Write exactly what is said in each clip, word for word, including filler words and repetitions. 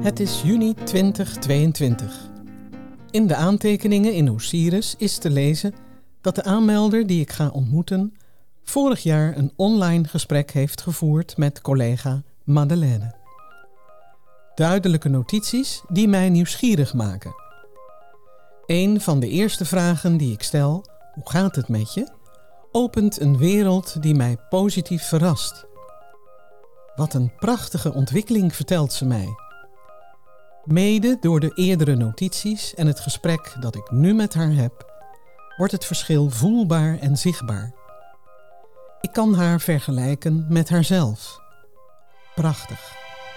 Het is juni twintig tweeëntwintig. In de aantekeningen in Osiris is te lezen dat de aanmelder die ik ga ontmoeten vorig jaar een online gesprek heeft gevoerd met collega Madeleine. Duidelijke notities die mij nieuwsgierig maken. Een van de eerste vragen die ik stel, hoe gaat het met je, opent een wereld die mij positief verrast. Wat een prachtige ontwikkeling, vertelt ze mij. Mede door de eerdere notities en het gesprek dat ik nu met haar heb, wordt het verschil voelbaar en zichtbaar. Ik kan haar vergelijken met haarzelf. Prachtig.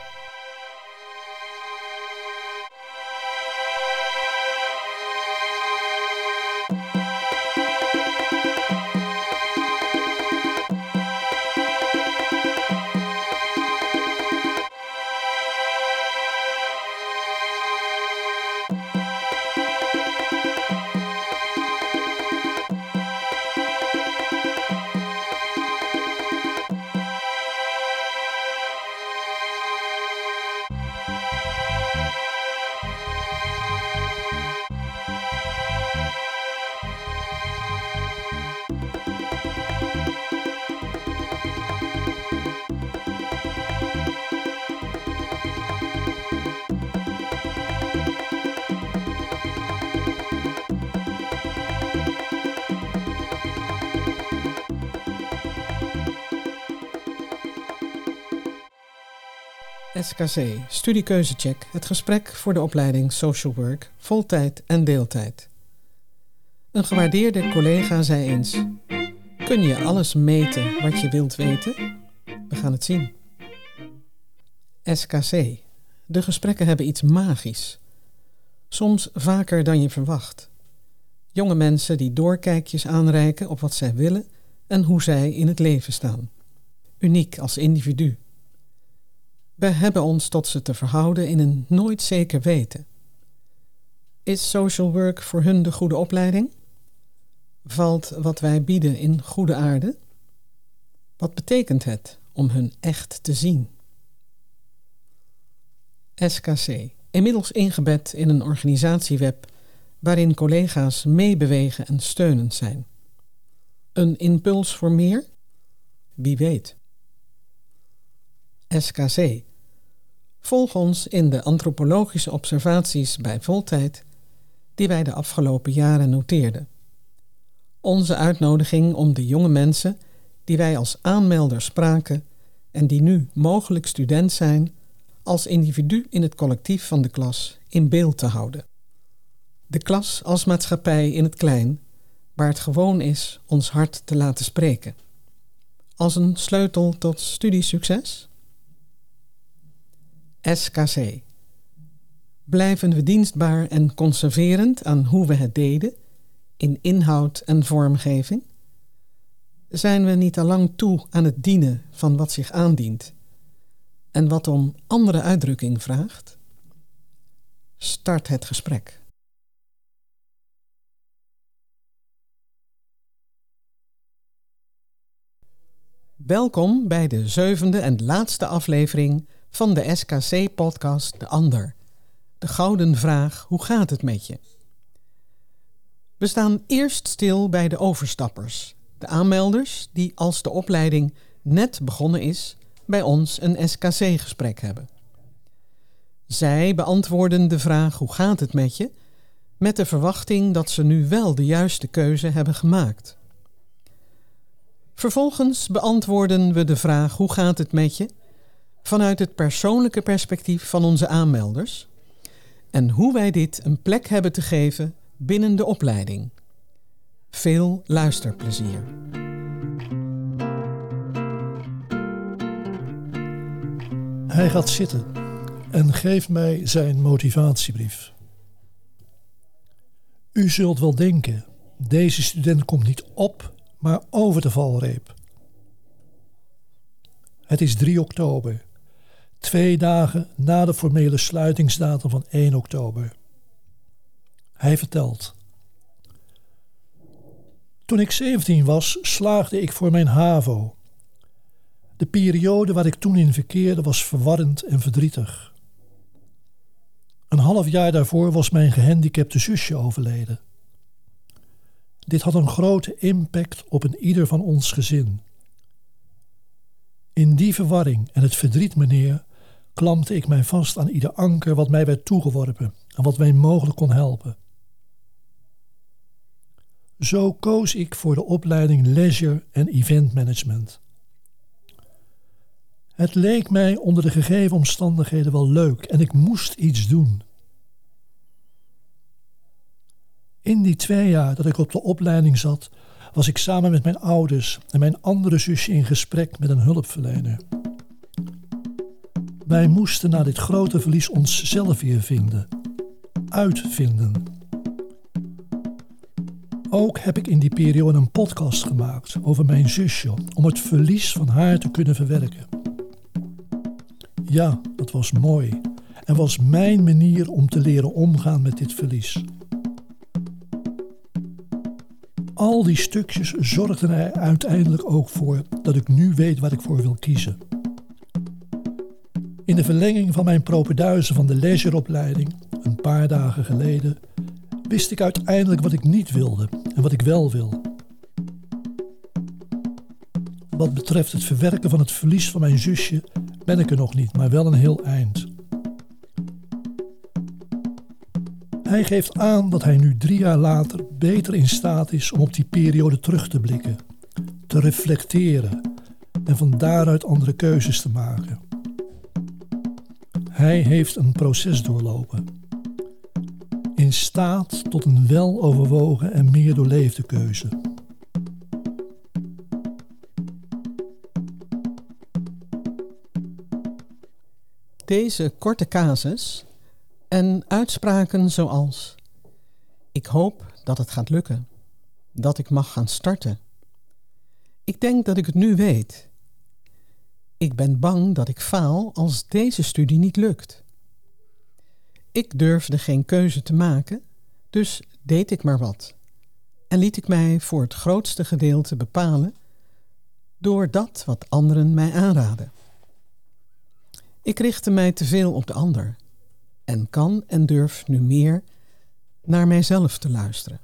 S K C, studiekeuzecheck, het gesprek voor de opleiding Social Work, voltijd en deeltijd. Een gewaardeerde collega zei eens: kun je alles meten wat je wilt weten? We gaan het zien. S K C, de gesprekken hebben iets magisch. Soms vaker dan je verwacht. Jonge mensen die doorkijkjes aanreiken op wat zij willen en hoe zij in het leven staan. Uniek als individu. We hebben ons tot ze te verhouden in een nooit zeker weten. Is social work voor hun de goede opleiding? Valt wat wij bieden in goede aarde? Wat betekent het om hun echt te zien? S K C, inmiddels ingebed in een organisatieweb waarin collega's meebewegen en steunend zijn. Een impuls voor meer? Wie weet. S K C. Volg ons in de antropologische observaties bij Voltijd die wij de afgelopen jaren noteerden. Onze uitnodiging om de jonge mensen die wij als aanmelder spraken en die nu mogelijk student zijn, als individu in het collectief van de klas in beeld te houden. De klas als maatschappij in het klein, waar het gewoon is ons hart te laten spreken. Als een sleutel tot studiesucces? S K C. Blijven we dienstbaar en conserverend aan hoe we het deden, in inhoud en vormgeving? Zijn we niet allang toe aan het dienen van wat zich aandient en wat om andere uitdrukking vraagt? Start het gesprek. Welkom bij de zevende en laatste aflevering van de S K C-podcast De Ander. De gouden vraag, hoe gaat het met je? We staan eerst stil bij de overstappers, de aanmelders die als de opleiding net begonnen is, bij ons een S K C-gesprek hebben. Zij beantwoorden de vraag, hoe gaat het met je, met de verwachting dat ze nu wel de juiste keuze hebben gemaakt. Vervolgens beantwoorden we de vraag, hoe gaat het met je, vanuit het persoonlijke perspectief van onze aanmelders en hoe wij dit een plek hebben te geven binnen de opleiding. Veel luisterplezier. Hij gaat zitten en geeft mij zijn motivatiebrief. U zult wel denken, deze student komt niet op, maar over de valreep. Het is drie oktober, twee dagen na de formele sluitingsdatum van één oktober. Hij vertelt: toen ik zeventien was, slaagde ik voor mijn HAVO. De periode waar ik toen in verkeerde was verwarrend en verdrietig. Een half jaar daarvoor was mijn gehandicapte zusje overleden. Dit had een grote impact op een ieder van ons gezin. In die verwarring en het verdriet, meneer, klampte ik mij vast aan ieder anker wat mij werd toegeworpen en wat mij mogelijk kon helpen. Zo koos ik voor de opleiding Leisure en Event Management. Het leek mij onder de gegeven omstandigheden wel leuk en ik moest iets doen. In die twee jaar dat ik op de opleiding zat, was ik samen met mijn ouders en mijn andere zusje in gesprek met een hulpverlener. Wij moesten na dit grote verlies onszelf weer vinden, uitvinden. Ook heb ik in die periode een podcast gemaakt over mijn zusje om het verlies van haar te kunnen verwerken. Ja, dat was mooi en was mijn manier om te leren omgaan met dit verlies. Al die stukjes zorgden er uiteindelijk ook voor dat ik nu weet waar ik voor wil kiezen. In de verlenging van mijn propeduizen van de leisureopleiding, een paar dagen geleden, wist ik uiteindelijk wat ik niet wilde en wat ik wel wil. Wat betreft het verwerken van het verlies van mijn zusje ben ik er nog niet, maar wel een heel eind. Hij geeft aan dat hij nu drie jaar later beter in staat is om op die periode terug te blikken, te reflecteren en van daaruit andere keuzes te maken. Hij heeft een proces doorlopen, in staat tot een weloverwogen en meer doorleefde keuze. Deze korte casus en uitspraken zoals: ik hoop dat het gaat lukken, dat ik mag gaan starten. Ik denk dat ik het nu weet. Ik ben bang dat ik faal als deze studie niet lukt. Ik durfde geen keuze te maken, dus deed ik maar wat. En liet ik mij voor het grootste gedeelte bepalen door dat wat anderen mij aanraden. Ik richtte mij te veel op de ander en kan en durf nu meer naar mijzelf te luisteren.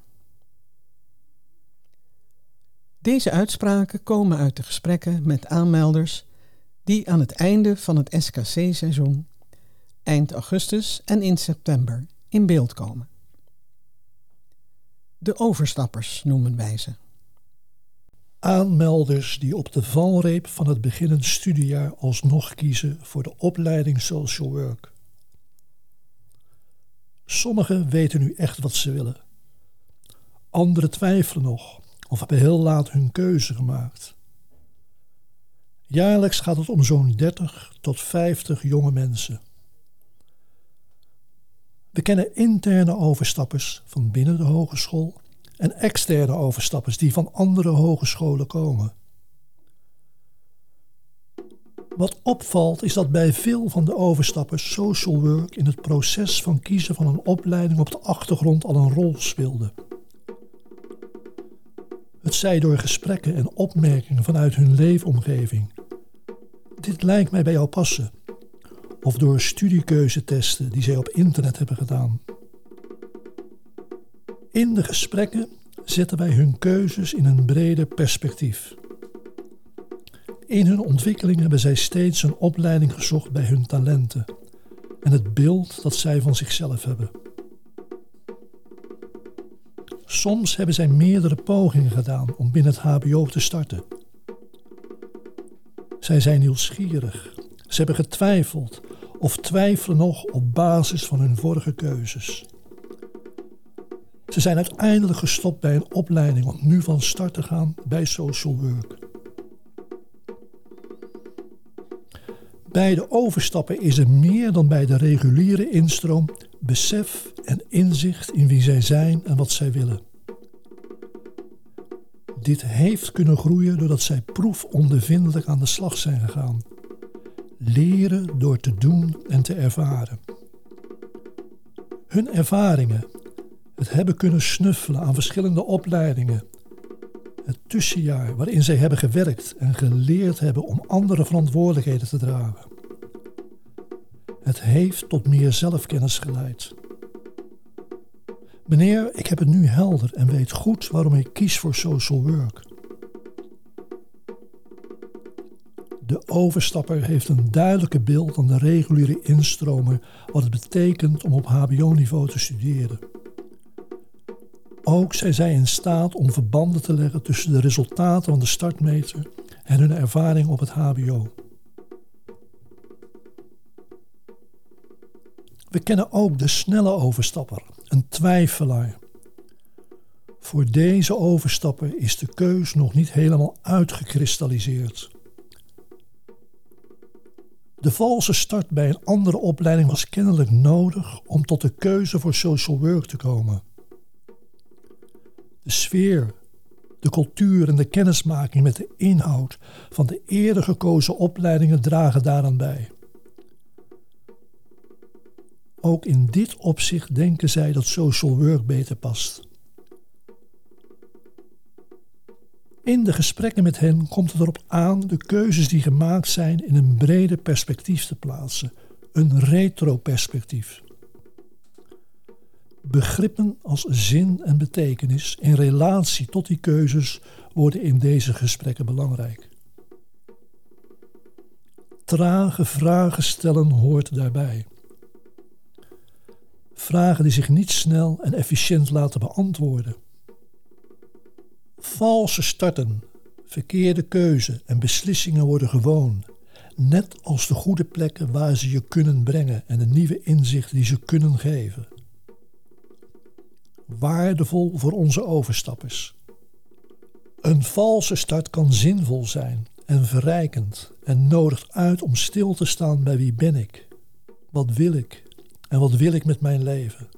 Deze uitspraken komen uit de gesprekken met aanmelders die aan het einde van het S K C-seizoen, eind augustus en in september, in beeld komen. De overstappers noemen wij ze. Aanmelders die op de valreep van het beginnend studiejaar alsnog kiezen voor de opleiding Social Work. Sommigen weten nu echt wat ze willen. Anderen twijfelen nog of hebben heel laat hun keuze gemaakt. Jaarlijks gaat het om zo'n dertig tot vijftig jonge mensen. We kennen interne overstappers van binnen de hogeschool en externe overstappers die van andere hogescholen komen. Wat opvalt is dat bij veel van de overstappers social work in het proces van kiezen van een opleiding op de achtergrond al een rol speelde. Het zij door gesprekken en opmerkingen vanuit hun leefomgeving. Dit lijkt mij bij jou passen. Of door studiekeuzetesten die zij op internet hebben gedaan. In de gesprekken zetten wij hun keuzes in een breder perspectief. In hun ontwikkeling hebben zij steeds een opleiding gezocht bij hun talenten en het beeld dat zij van zichzelf hebben. Soms hebben zij meerdere pogingen gedaan om binnen het H B O te starten. Zij zijn nieuwsgierig, ze hebben getwijfeld of twijfelen nog op basis van hun vorige keuzes. Ze zijn uiteindelijk gestopt bij een opleiding om nu van start te gaan bij social work. Bij de overstappen is er meer dan bij de reguliere instroom besef en inzicht in wie zij zijn en wat zij willen. Dit heeft kunnen groeien doordat zij proefondervindelijk aan de slag zijn gegaan. Leren door te doen en te ervaren. Hun ervaringen, het hebben kunnen snuffelen aan verschillende opleidingen, het tussenjaar waarin zij hebben gewerkt en geleerd hebben om andere verantwoordelijkheden te dragen. Het heeft tot meer zelfkennis geleid. Meneer, ik heb het nu helder en weet goed waarom ik kies voor social work. De overstapper heeft een duidelijke beeld van de reguliere instromer wat het betekent om op H B O-niveau te studeren. Ook zijn zij in staat om verbanden te leggen tussen de resultaten van de startmeter en hun ervaring op het H B O. We kennen ook de snelle overstapper, een twijfelaar. Voor deze overstapper is de keus nog niet helemaal uitgekristalliseerd. De valse start bij een andere opleiding was kennelijk nodig om tot de keuze voor social work te komen. De sfeer, de cultuur en de kennismaking met de inhoud van de eerder gekozen opleidingen dragen daaraan bij. Ook in dit opzicht denken zij dat social work beter past. In de gesprekken met hen komt het erop aan de keuzes die gemaakt zijn in een breder perspectief te plaatsen, een retroperspectief. Begrippen als zin en betekenis in relatie tot die keuzes worden in deze gesprekken belangrijk. Trage vragen stellen hoort daarbij. Vragen die zich niet snel en efficiënt laten beantwoorden. Valse starten, verkeerde keuze en beslissingen worden gewoon, net als de goede plekken waar ze je kunnen brengen en de nieuwe inzichten die ze kunnen geven. Waardevol voor onze overstappers. Een valse start kan zinvol zijn en verrijkend en nodigt uit om stil te staan bij wie ben ik, wat wil ik en wat wil ik met mijn leven.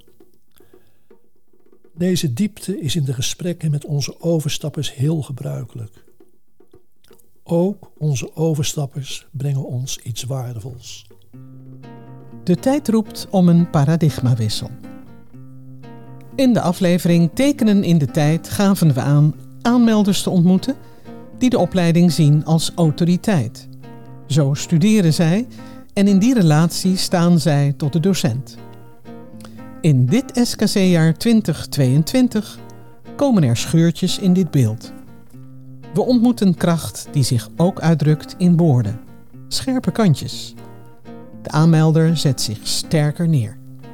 Deze diepte is in de gesprekken met onze overstappers heel gebruikelijk. Ook onze overstappers brengen ons iets waardevols. De tijd roept om een paradigmawissel. In de aflevering Tekenen in de Tijd gaven we aan aanmelders te ontmoeten die de opleiding zien als autoriteit. Zo studeren zij en in die relatie staan zij tot de docent. In dit S K C-jaar twintig tweeëntwintig komen er scheurtjes in dit beeld. We ontmoeten kracht die zich ook uitdrukt in woorden, scherpe kantjes. De aanmelder zet zich sterker neer.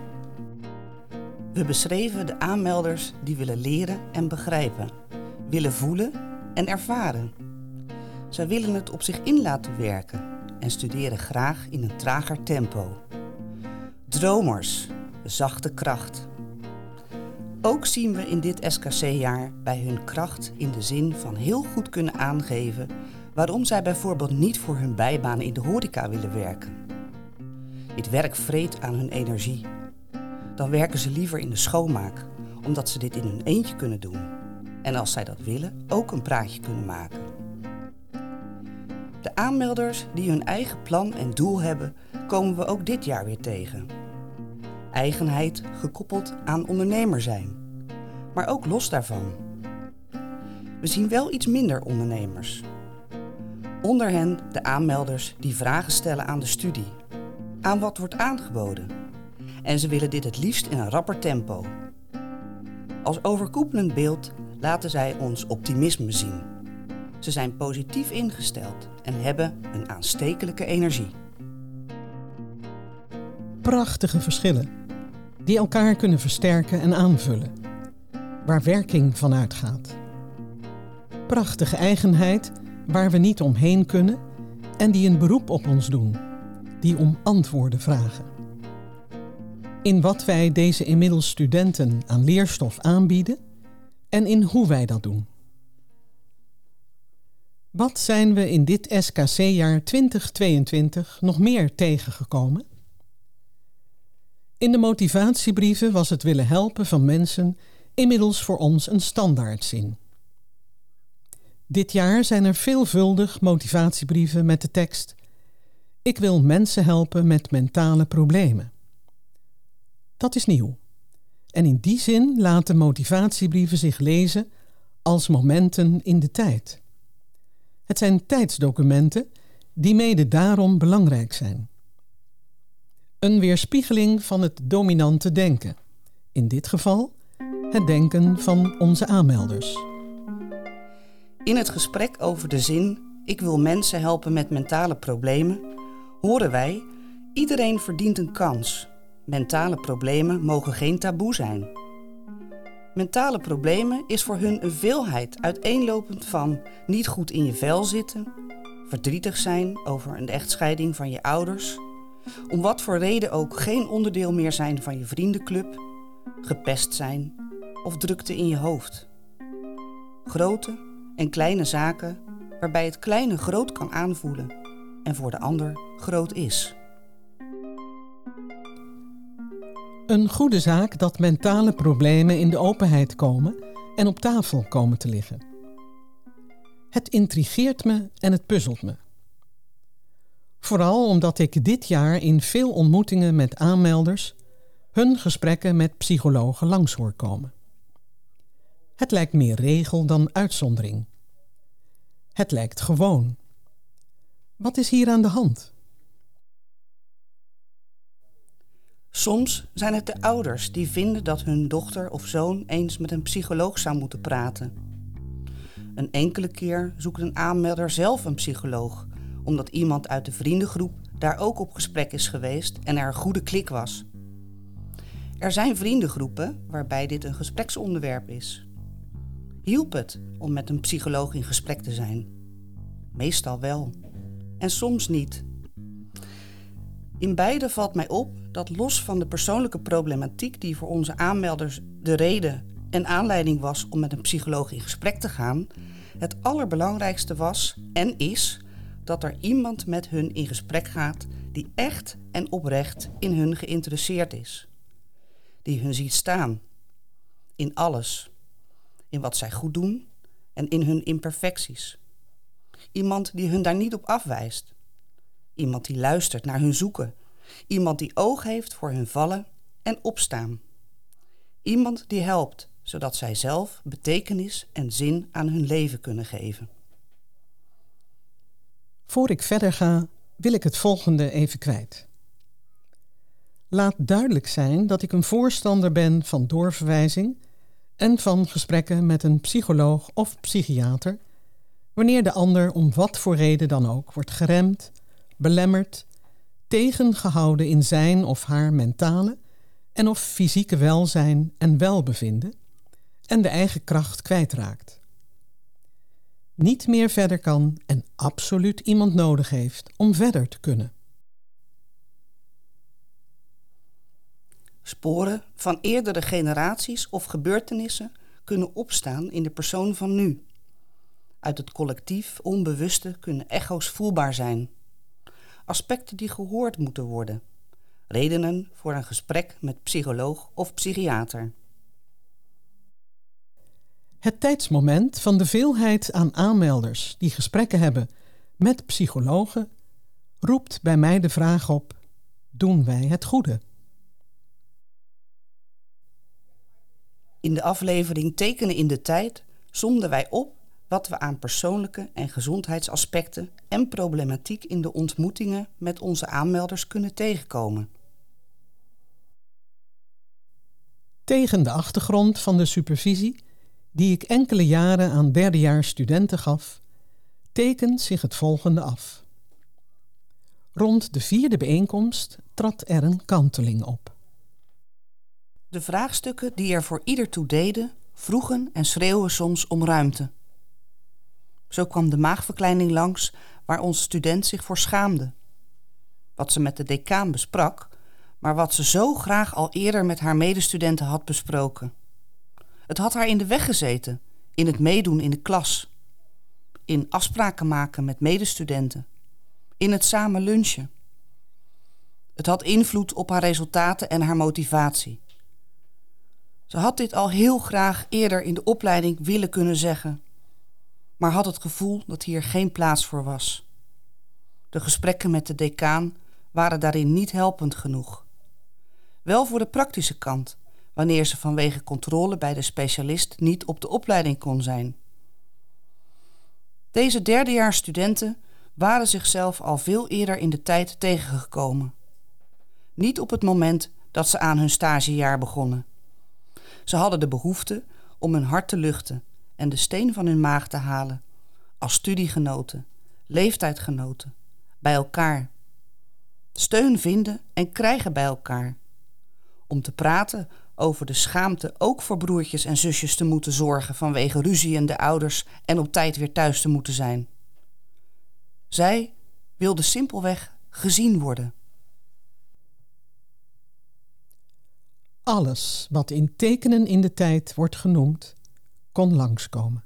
We beschreven de aanmelders die willen leren en begrijpen, willen voelen en ervaren. Zij willen het op zich in laten werken en studeren graag in een trager tempo. Dromers, zachte kracht. Ook zien we in dit S K C-jaar bij hun kracht in de zin van heel goed kunnen aangeven waarom zij bijvoorbeeld niet voor hun bijbaan in de horeca willen werken. Dit werk vreet aan hun energie. Dan werken ze liever in de schoonmaak, omdat ze dit in hun eentje kunnen doen. En als zij dat willen, ook een praatje kunnen maken. De aanmelders die hun eigen plan en doel hebben, komen we ook dit jaar weer tegen. Eigenheid gekoppeld aan ondernemer zijn, maar ook los daarvan. We zien wel iets minder ondernemers. Onder hen de aanmelders die vragen stellen aan de studie, aan wat wordt aangeboden. En ze willen dit het liefst in een rapper tempo. Als overkoepelend beeld laten zij ons optimisme zien. Ze zijn positief ingesteld en hebben een aanstekelijke energie. Prachtige verschillen, die elkaar kunnen versterken en aanvullen, waar werking van uitgaat. Prachtige eigenheid waar we niet omheen kunnen en die een beroep op ons doen, die om antwoorden vragen. In wat wij deze inmiddels studenten aan leerstof aanbieden en in hoe wij dat doen. Wat zijn we in dit S K C-jaar twintig tweeëntwintig nog meer tegengekomen? In de motivatiebrieven was het willen helpen van mensen inmiddels voor ons een standaardzin. Dit jaar zijn er veelvuldig motivatiebrieven met de tekst: ik wil mensen helpen met mentale problemen. Dat is nieuw. En in die zin laten motivatiebrieven zich lezen als momenten in de tijd. Het zijn tijdsdocumenten die mede daarom belangrijk zijn. Een weerspiegeling van het dominante denken. In dit geval het denken van onze aanmelders. In het gesprek over de zin "Ik wil mensen helpen met mentale problemen" horen wij: iedereen verdient een kans. Mentale problemen mogen geen taboe zijn. Mentale problemen is voor hun een veelheid uiteenlopend van niet goed in je vel zitten, verdrietig zijn over een echtscheiding van je ouders, om wat voor reden ook geen onderdeel meer zijn van je vriendenclub, gepest zijn of drukte in je hoofd. Grote en kleine zaken waarbij het kleine groot kan aanvoelen en voor de ander groot is. Een goede zaak dat mentale problemen in de openheid komen en op tafel komen te liggen. Het intrigeert me en het puzzelt me. Vooral omdat ik dit jaar in veel ontmoetingen met aanmelders hun gesprekken met psychologen langs hoor komen. Het lijkt meer regel dan uitzondering. Het lijkt gewoon. Wat is hier aan de hand? Soms zijn het de ouders die vinden dat hun dochter of zoon eens met een psycholoog zou moeten praten. Een enkele keer zoekt een aanmelder zelf een psycholoog, omdat iemand uit de vriendengroep daar ook op gesprek is geweest en er een goede klik was. Er zijn vriendengroepen waarbij dit een gespreksonderwerp is. Hielp het om met een psycholoog in gesprek te zijn? Meestal wel. En soms niet. In beide valt mij op dat los van de persoonlijke problematiek die voor onze aanmelders de reden en aanleiding was om met een psycholoog in gesprek te gaan, het allerbelangrijkste was en is dat er iemand met hun in gesprek gaat die echt en oprecht in hun geïnteresseerd is. Die hun ziet staan. In alles. In wat zij goed doen en in hun imperfecties. Iemand die hun daar niet op afwijst. Iemand die luistert naar hun zoeken. Iemand die oog heeft voor hun vallen en opstaan. Iemand die helpt, zodat zij zelf betekenis en zin aan hun leven kunnen geven. Voor ik verder ga, wil ik het volgende even kwijt. Laat duidelijk zijn dat ik een voorstander ben van doorverwijzing en van gesprekken met een psycholoog of psychiater, wanneer de ander om wat voor reden dan ook wordt geremd, belemmerd, tegengehouden in zijn of haar mentale en of fysieke welzijn en welbevinden en de eigen kracht kwijtraakt. Niet meer verder kan en absoluut iemand nodig heeft om verder te kunnen. Sporen van eerdere generaties of gebeurtenissen kunnen opstaan in de persoon van nu. Uit het collectief onbewuste kunnen echo's voelbaar zijn. Aspecten die gehoord moeten worden. Redenen voor een gesprek met psycholoog of psychiater. Het tijdsmoment van de veelheid aan aanmelders die gesprekken hebben met psychologen roept bij mij de vraag op: doen wij het goede? In de aflevering Tekenen in de Tijd somden wij op wat we aan persoonlijke en gezondheidsaspecten en problematiek in de ontmoetingen met onze aanmelders kunnen tegenkomen. Tegen de achtergrond van de supervisie die ik enkele jaren aan derdejaars studenten gaf, tekent zich het volgende af. Rond de vierde bijeenkomst trad er een kanteling op. De vraagstukken die er voor ieder toe deden, vroegen en schreeuwen soms om ruimte. Zo kwam de maagverkleining langs waar onze student zich voor schaamde. Wat ze met de decaan besprak, maar wat ze zo graag al eerder met haar medestudenten had besproken. Het had haar in de weg gezeten, in het meedoen in de klas, in afspraken maken met medestudenten, in het samen lunchen. Het had invloed op haar resultaten en haar motivatie. Ze had dit al heel graag eerder in de opleiding willen kunnen zeggen, maar had het gevoel dat hier geen plaats voor was. De gesprekken met de decaan waren daarin niet helpend genoeg. Wel voor de praktische kant, wanneer ze vanwege controle bij de specialist niet op de opleiding kon zijn. Deze derdejaars studenten waren zichzelf al veel eerder in de tijd tegengekomen. Niet op het moment dat ze aan hun stagejaar begonnen. Ze hadden de behoefte om hun hart te luchten en de steen van hun maag te halen. Als studiegenoten, leeftijdgenoten, bij elkaar. Steun vinden en krijgen bij elkaar. Om te praten over de schaamte ook voor broertjes en zusjes te moeten zorgen vanwege ruziende ouders en op tijd weer thuis te moeten zijn. Zij wilde simpelweg gezien worden. Alles wat in tekenen in de tijd wordt genoemd, kon langskomen.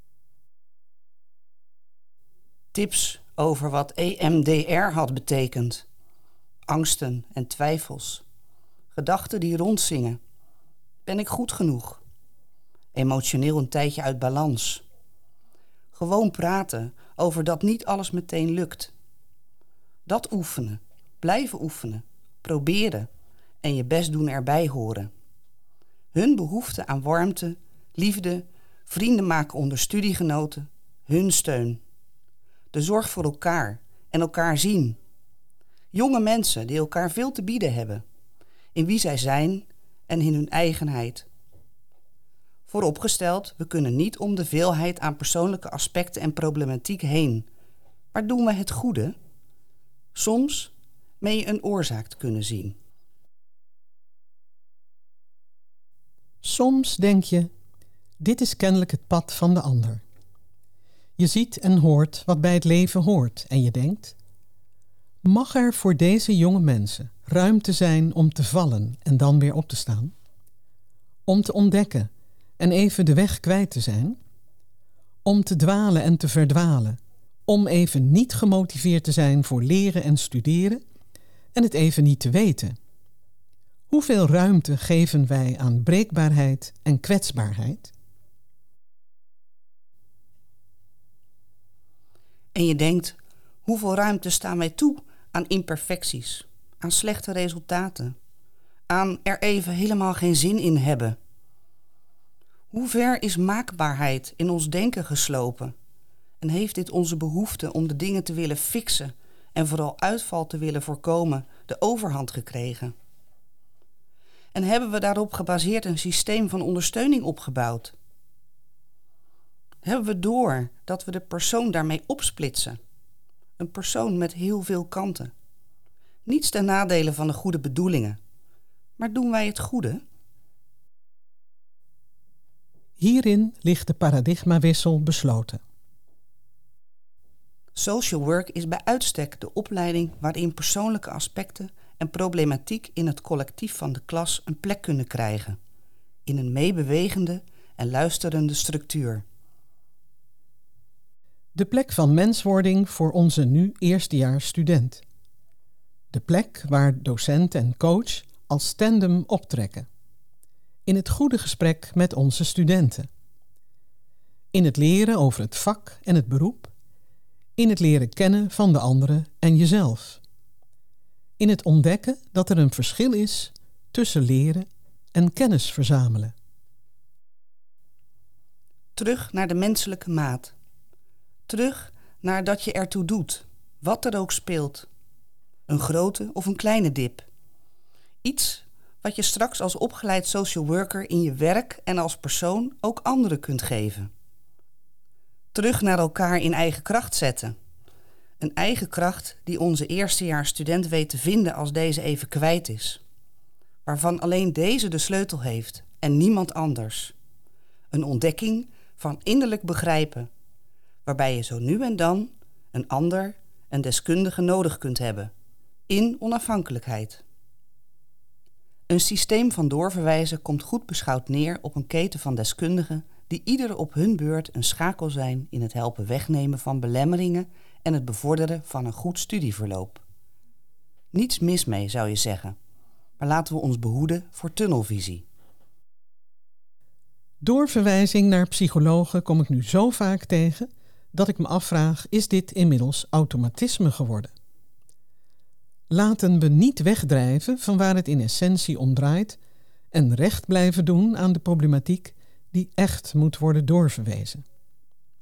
Tips over wat E M D R had betekend. Angsten en twijfels. Gedachten die rondzingen. Ben ik goed genoeg? Emotioneel een tijdje uit balans. Gewoon praten over dat niet alles meteen lukt. Dat oefenen, blijven oefenen, proberen en je best doen erbij horen. Hun behoefte aan warmte, liefde, vrienden maken onder studiegenoten, hun steun. De zorg voor elkaar en elkaar zien. Jonge mensen die elkaar veel te bieden hebben, in wie zij zijn en in hun eigenheid. Vooropgesteld, we kunnen niet om de veelheid aan persoonlijke aspecten en problematiek heen. Maar doen we het goede? Soms meen je een oorzaak te kunnen zien. Soms denk je, dit is kennelijk het pad van de ander. Je ziet en hoort wat bij het leven hoort en je denkt, mag er voor deze jonge mensen ruimte zijn om te vallen en dan weer op te staan? Om te ontdekken en even de weg kwijt te zijn? Om te dwalen en te verdwalen? Om even niet gemotiveerd te zijn voor leren en studeren en het even niet te weten? Hoeveel ruimte geven wij aan breekbaarheid en kwetsbaarheid? En je denkt, hoeveel ruimte staan wij toe aan imperfecties, aan slechte resultaten, aan er even helemaal geen zin in hebben? Hoe ver is maakbaarheid in ons denken geslopen? En heeft dit onze behoefte om de dingen te willen fixen en vooral uitval te willen voorkomen de overhand gekregen? En hebben we daarop gebaseerd een systeem van ondersteuning opgebouwd? Hebben we door dat we de persoon daarmee opsplitsen? Een persoon met heel veel kanten. Niets ten nadele van de goede bedoelingen. Maar doen wij het goede? Hierin ligt de paradigmawissel besloten. Social work is bij uitstek de opleiding waarin persoonlijke aspecten en problematiek in het collectief van de klas een plek kunnen krijgen. In een meebewegende en luisterende structuur. De plek van menswording voor onze nu eerstejaars student. De plek waar docent en coach als tandem optrekken. In het goede gesprek met onze studenten. In het leren over het vak en het beroep. In het leren kennen van de anderen en jezelf. In het ontdekken dat er een verschil is tussen leren en kennis verzamelen. Terug naar de menselijke maat. Terug naar dat je ertoe doet, wat er ook speelt. Een grote of een kleine dip. Iets wat je straks als opgeleid social worker in je werk en als persoon ook anderen kunt geven. Terug naar elkaar in eigen kracht zetten. Een eigen kracht die onze eerstejaars student weet te vinden als deze even kwijt is. Waarvan alleen deze de sleutel heeft en niemand anders. Een ontdekking van innerlijk begrijpen, waarbij je zo nu en dan een ander, een deskundige nodig kunt hebben, in onafhankelijkheid. Een systeem van doorverwijzen komt goed beschouwd neer op een keten van deskundigen die ieder op hun beurt een schakel zijn in het helpen wegnemen van belemmeringen en het bevorderen van een goed studieverloop. Niets mis mee, zou je zeggen, maar laten we ons behoeden voor tunnelvisie. Doorverwijzing naar psychologen kom ik nu zo vaak tegen dat ik me afvraag, is dit inmiddels automatisme geworden? Laten we niet wegdrijven van waar het in essentie om draait en recht blijven doen aan de problematiek die echt moet worden doorverwezen.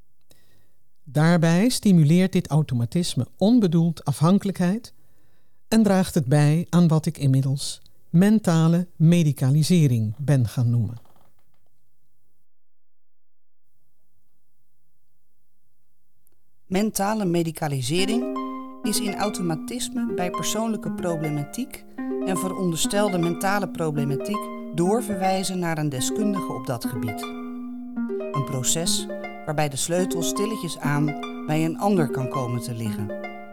Daarbij stimuleert dit automatisme onbedoeld afhankelijkheid en draagt het bij aan wat ik inmiddels mentale medicalisering ben gaan noemen. Mentale medicalisering is in automatisme bij persoonlijke problematiek en veronderstelde mentale problematiek doorverwijzen naar een deskundige op dat gebied. Een proces waarbij de sleutel stilletjes aan bij een ander kan komen te liggen.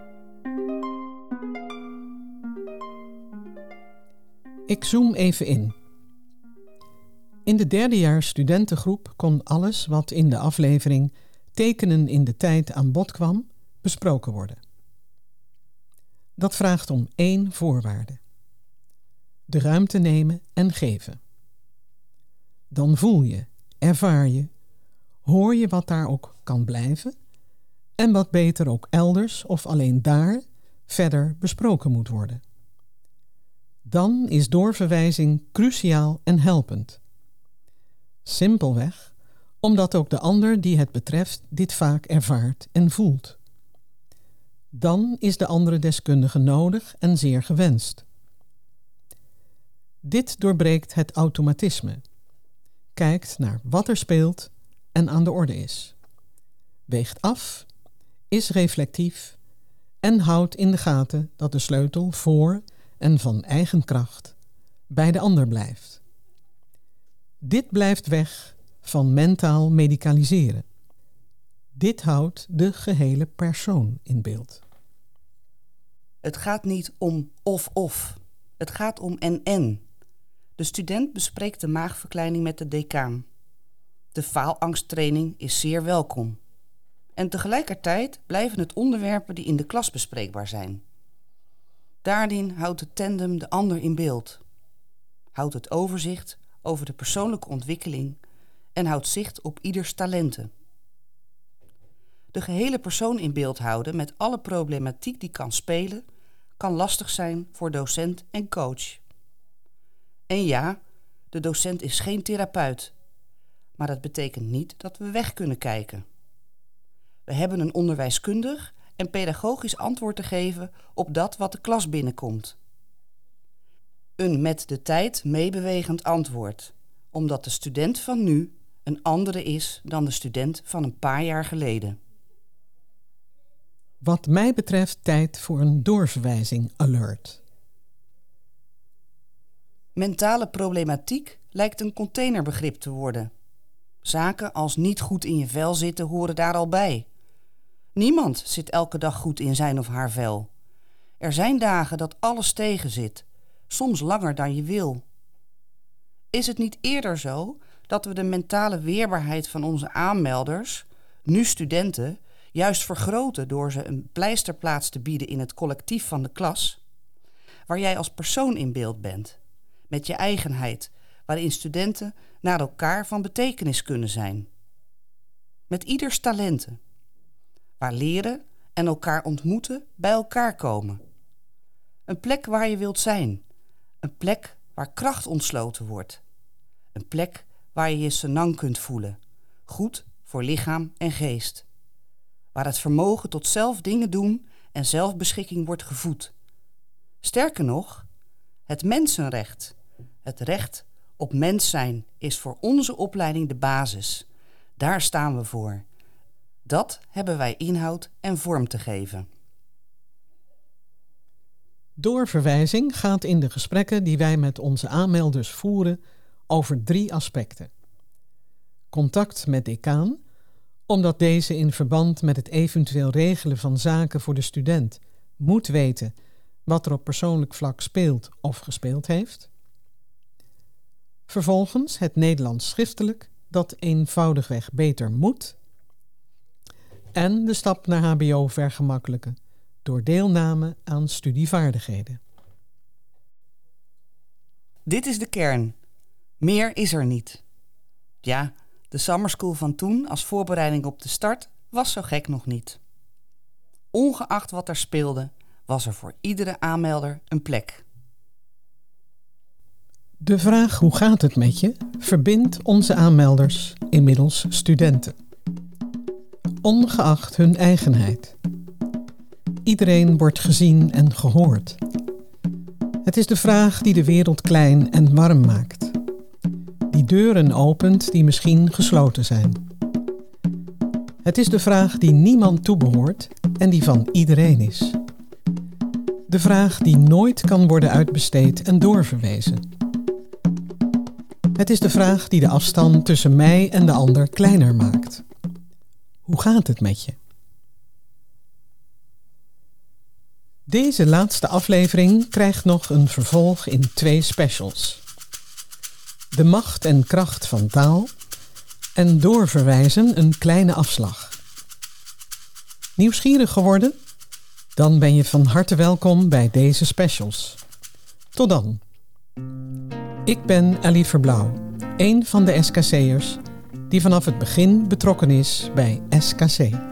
Ik zoom even in. In de derdejaars studentengroep kon alles wat in de aflevering Tekenen in de tijd aan bod kwam, besproken worden. Dat vraagt om één voorwaarde: de ruimte nemen en geven. Dan voel je, ervaar je, hoor je wat daar ook kan blijven en wat beter ook elders of alleen daar verder besproken moet worden. Dan is doorverwijzing cruciaal en helpend. Simpelweg omdat ook de ander die het betreft dit vaak ervaart en voelt. Dan is de andere deskundige nodig en zeer gewenst. Dit doorbreekt het automatisme, kijkt naar wat er speelt en aan de orde is, weegt af, is reflectief en houdt in de gaten dat de sleutel voor en van eigen kracht bij de ander blijft. Dit blijft weg van mentaal medicaliseren. Dit houdt de gehele persoon in beeld. Het gaat niet om of-of. Het gaat om en-en. De student bespreekt de maagverkleining met de decaan. De faalangsttraining is zeer welkom. En tegelijkertijd blijven het onderwerpen die in de klas bespreekbaar zijn. Daarin houdt het tandem de ander in beeld. Houdt het overzicht over de persoonlijke ontwikkeling en houdt zicht op ieders talenten. De gehele persoon in beeld houden met alle problematiek die kan spelen, kan lastig zijn voor docent en coach. En ja, de docent is geen therapeut, maar dat betekent niet dat we weg kunnen kijken. We hebben een onderwijskundig en pedagogisch antwoord te geven op dat wat de klas binnenkomt. Een met de tijd meebewegend antwoord, omdat de student van nu een andere is dan de student van een paar jaar geleden. Wat mij betreft tijd voor een doorverwijzing alert. Mentale problematiek lijkt een containerbegrip te worden. Zaken als niet goed in je vel zitten horen daar al bij. Niemand zit elke dag goed in zijn of haar vel. Er zijn dagen dat alles tegenzit, soms langer dan je wil. Is het niet eerder zo dat we de mentale weerbaarheid van onze aanmelders, nu studenten, juist vergroten door ze een pleisterplaats te bieden in het collectief van de klas, waar jij als persoon in beeld bent, met je eigenheid, waarin studenten naar elkaar van betekenis kunnen zijn. Met ieders talenten, waar leren en elkaar ontmoeten bij elkaar komen. Een plek waar je wilt zijn, een plek waar kracht ontsloten wordt, een plek waar je je senang kunt voelen, goed voor lichaam en geest. Waar het vermogen tot zelf dingen doen en zelfbeschikking wordt gevoed. Sterker nog, het mensenrecht, het recht op mens zijn, is voor onze opleiding de basis. Daar staan we voor. Dat hebben wij inhoud en vorm te geven. Doorverwijzing gaat in de gesprekken die wij met onze aanmelders voeren over drie aspecten. Contact met decaan, omdat deze in verband met het eventueel regelen van zaken voor de student moet weten wat er op persoonlijk vlak speelt of gespeeld heeft. Vervolgens het Nederlands schriftelijk, dat eenvoudigweg beter moet. En de stap naar H B O vergemakkelijken door deelname aan studievaardigheden. Dit is de kern. Meer is er niet. Ja, de summer school van toen als voorbereiding op de start was zo gek nog niet. Ongeacht wat er speelde, was er voor iedere aanmelder een plek. De vraag hoe gaat het met je verbindt onze aanmelders, inmiddels studenten. Ongeacht hun eigenheid. Iedereen wordt gezien en gehoord. Het is de vraag die de wereld klein en warm maakt. Die deuren opent die misschien gesloten zijn. Het is de vraag die niemand toebehoort en die van iedereen is. De vraag die nooit kan worden uitbesteed en doorverwezen. Het is de vraag die de afstand tussen mij en de ander kleiner maakt. Hoe gaat het met je? Deze laatste aflevering krijgt nog een vervolg in twee specials. De macht en kracht van taal en doorverwijzen een kleine afslag. Nieuwsgierig geworden? Dan ben je van harte welkom bij deze specials. Tot dan. Ik ben Ellie Verblauw, een van de S K C'ers die vanaf het begin betrokken is bij S K C.